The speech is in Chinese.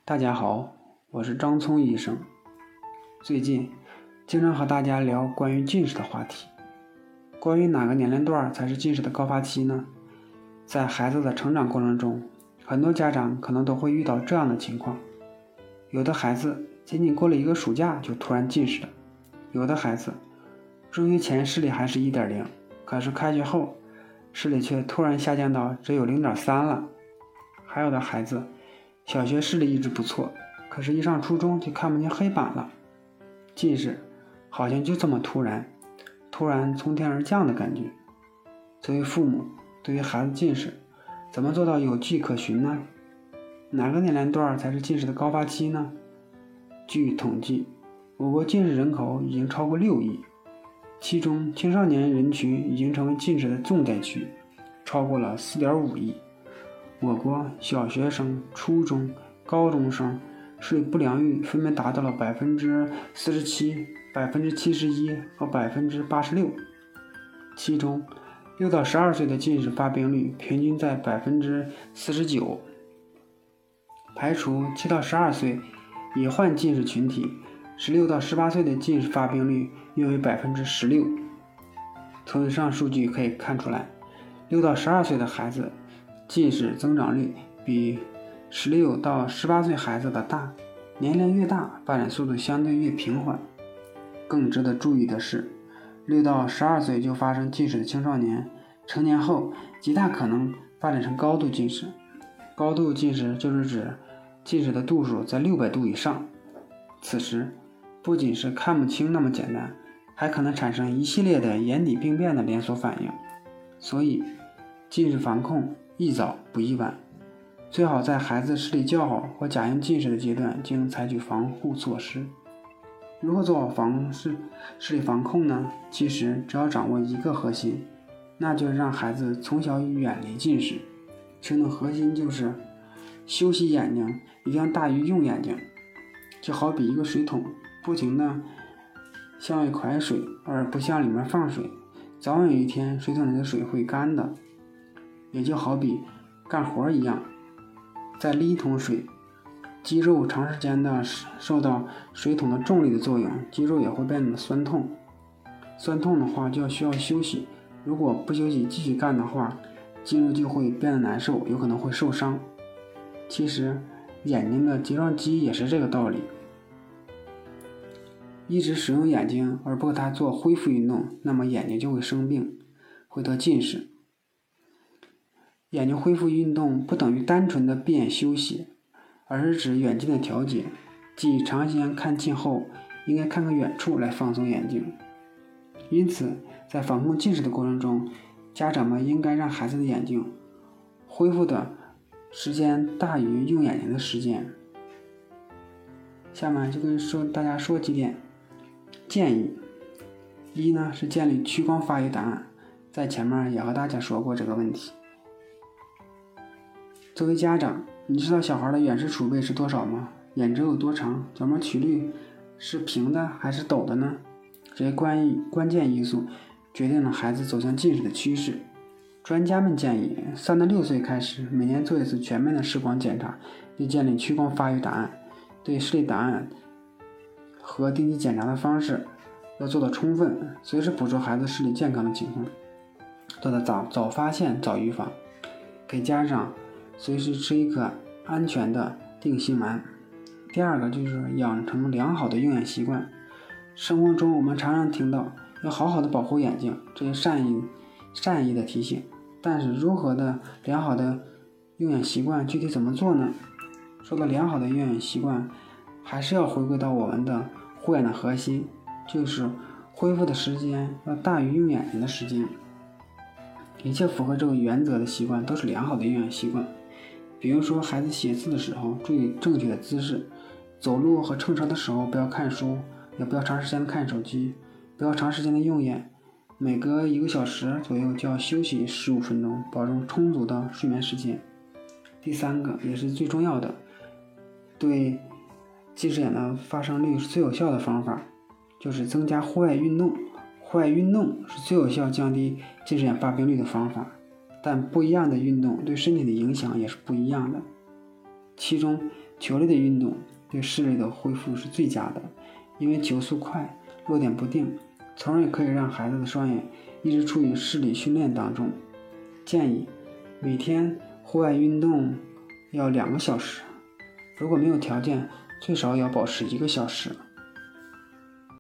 大家好，我是张聪医生。最近经常和大家聊关于近视的话题。关于哪个年龄段才是近视的高发期呢？在孩子的成长过程中，很多家长可能都会遇到这样的情况。有的孩子仅仅过了一个暑假就突然近视了，有的孩子入学前视力还是 1.0， 可是开学后视力却突然下降到只有 0.3 了。还有的孩子小学视力一直不错，可是一上初中就看不见黑板了。近视好像就这么突然从天而降的感觉。作为父母，对于孩子近视怎么做到有迹可循呢？哪个年龄段才是近视的高发期呢？据统计，我国近视人口已经超过6亿，其中青少年人群已经成为近视的重灾区，超过了 4.5 亿。我国小学生、初中、高中生视力不良率分别达到了 47%、71% 和 86%， 其中6到12岁的近视发病率平均在 49%， 排除7到12岁已患近视群体，16到18岁的近视发病率约为 16%。 从以上数据可以看出来，6到12岁的孩子近视增长率比16到18岁孩子的大，年龄越大，发展速度相对越平缓。更值得注意的是，6到12岁就发生近视的青少年，成年后极大可能发展成高度近视。高度近视就是指近视的度数在600度以上，此时不仅是看不清那么简单，还可能产生一系列的眼底病变的连锁反应。所以近视防控宜早不宜晚，最好在孩子视力较好或假性近视的阶段就应采取防护措施。如何做好视力防控呢？其实只要掌握一个核心，那就是让孩子从小远离近视。其中核心就是休息眼睛一定要大于用眼睛。就好比一个水桶不停地向外蒯水，而不向里面放水，早晚有一天水桶里的水会干的。也就好比干活一样，在拎一桶水，肌肉长时间的受到水桶的重力的作用，肌肉也会变得酸痛。酸痛的话就需要休息，如果不休息继续干的话，肌肉就会变得难受，有可能会受伤。其实眼睛的睫状肌也是这个道理，一直使用眼睛而不给它做恢复运动，那么眼睛就会生病，会得近视。眼睛恢复运动不等于单纯的闭眼休息，而是指远近的调节，即长时间看近后应该看个远处来放松眼睛。因此在防控近视的过程中，家长们应该让孩子的眼睛恢复的时间大于用眼睛的时间。下面就跟大家说几点建议。一呢是建立屈光发育档案，在前面也和大家说过这个问题。作为家长，你知道小孩的远视储备是多少吗？眼轴有多长？角膜曲率是平的还是陡的呢？这些关键因素决定了孩子走向近视的趋势。专家们建议3到6岁开始每年做一次全面的视光检查，并建立屈光发育档案。对视力档案和定期检查的方式要做到充分，随时捕捉孩子视力健康的情况，做到早发现早预防。给家长随时吃一颗安全的定心丸。第二个就是养成良好的用眼习惯。生活中我们常常听到要好好的保护眼睛，这些善意的提醒，但是如何的良好的用眼习惯具体怎么做呢？说到良好的用眼习惯，还是要回归到我们的护眼的核心，就是恢复的时间要大于用眼睛的时间。一切符合这个原则的习惯都是良好的用眼习惯。比如说孩子写字的时候注意正确的姿势，走路和乘车的时候不要看书，也不要长时间的看手机，不要长时间的用眼，每隔1个小时左右就要休息15分钟，保证充足的睡眠时间。第三个也是最重要的，对近视眼的发生率是最有效的方法，就是增加户外运动。户外运动是最有效降低近视眼发病率的方法，但不一样的运动对身体的影响也是不一样的。 其中球类的运动对视力的恢复是最佳的，因为球速快，落点不定，从而也可以让孩子的双眼一直处于视力训练当中。建议每天户外运动要2个小时，如果没有条件，最少要保持1个小时。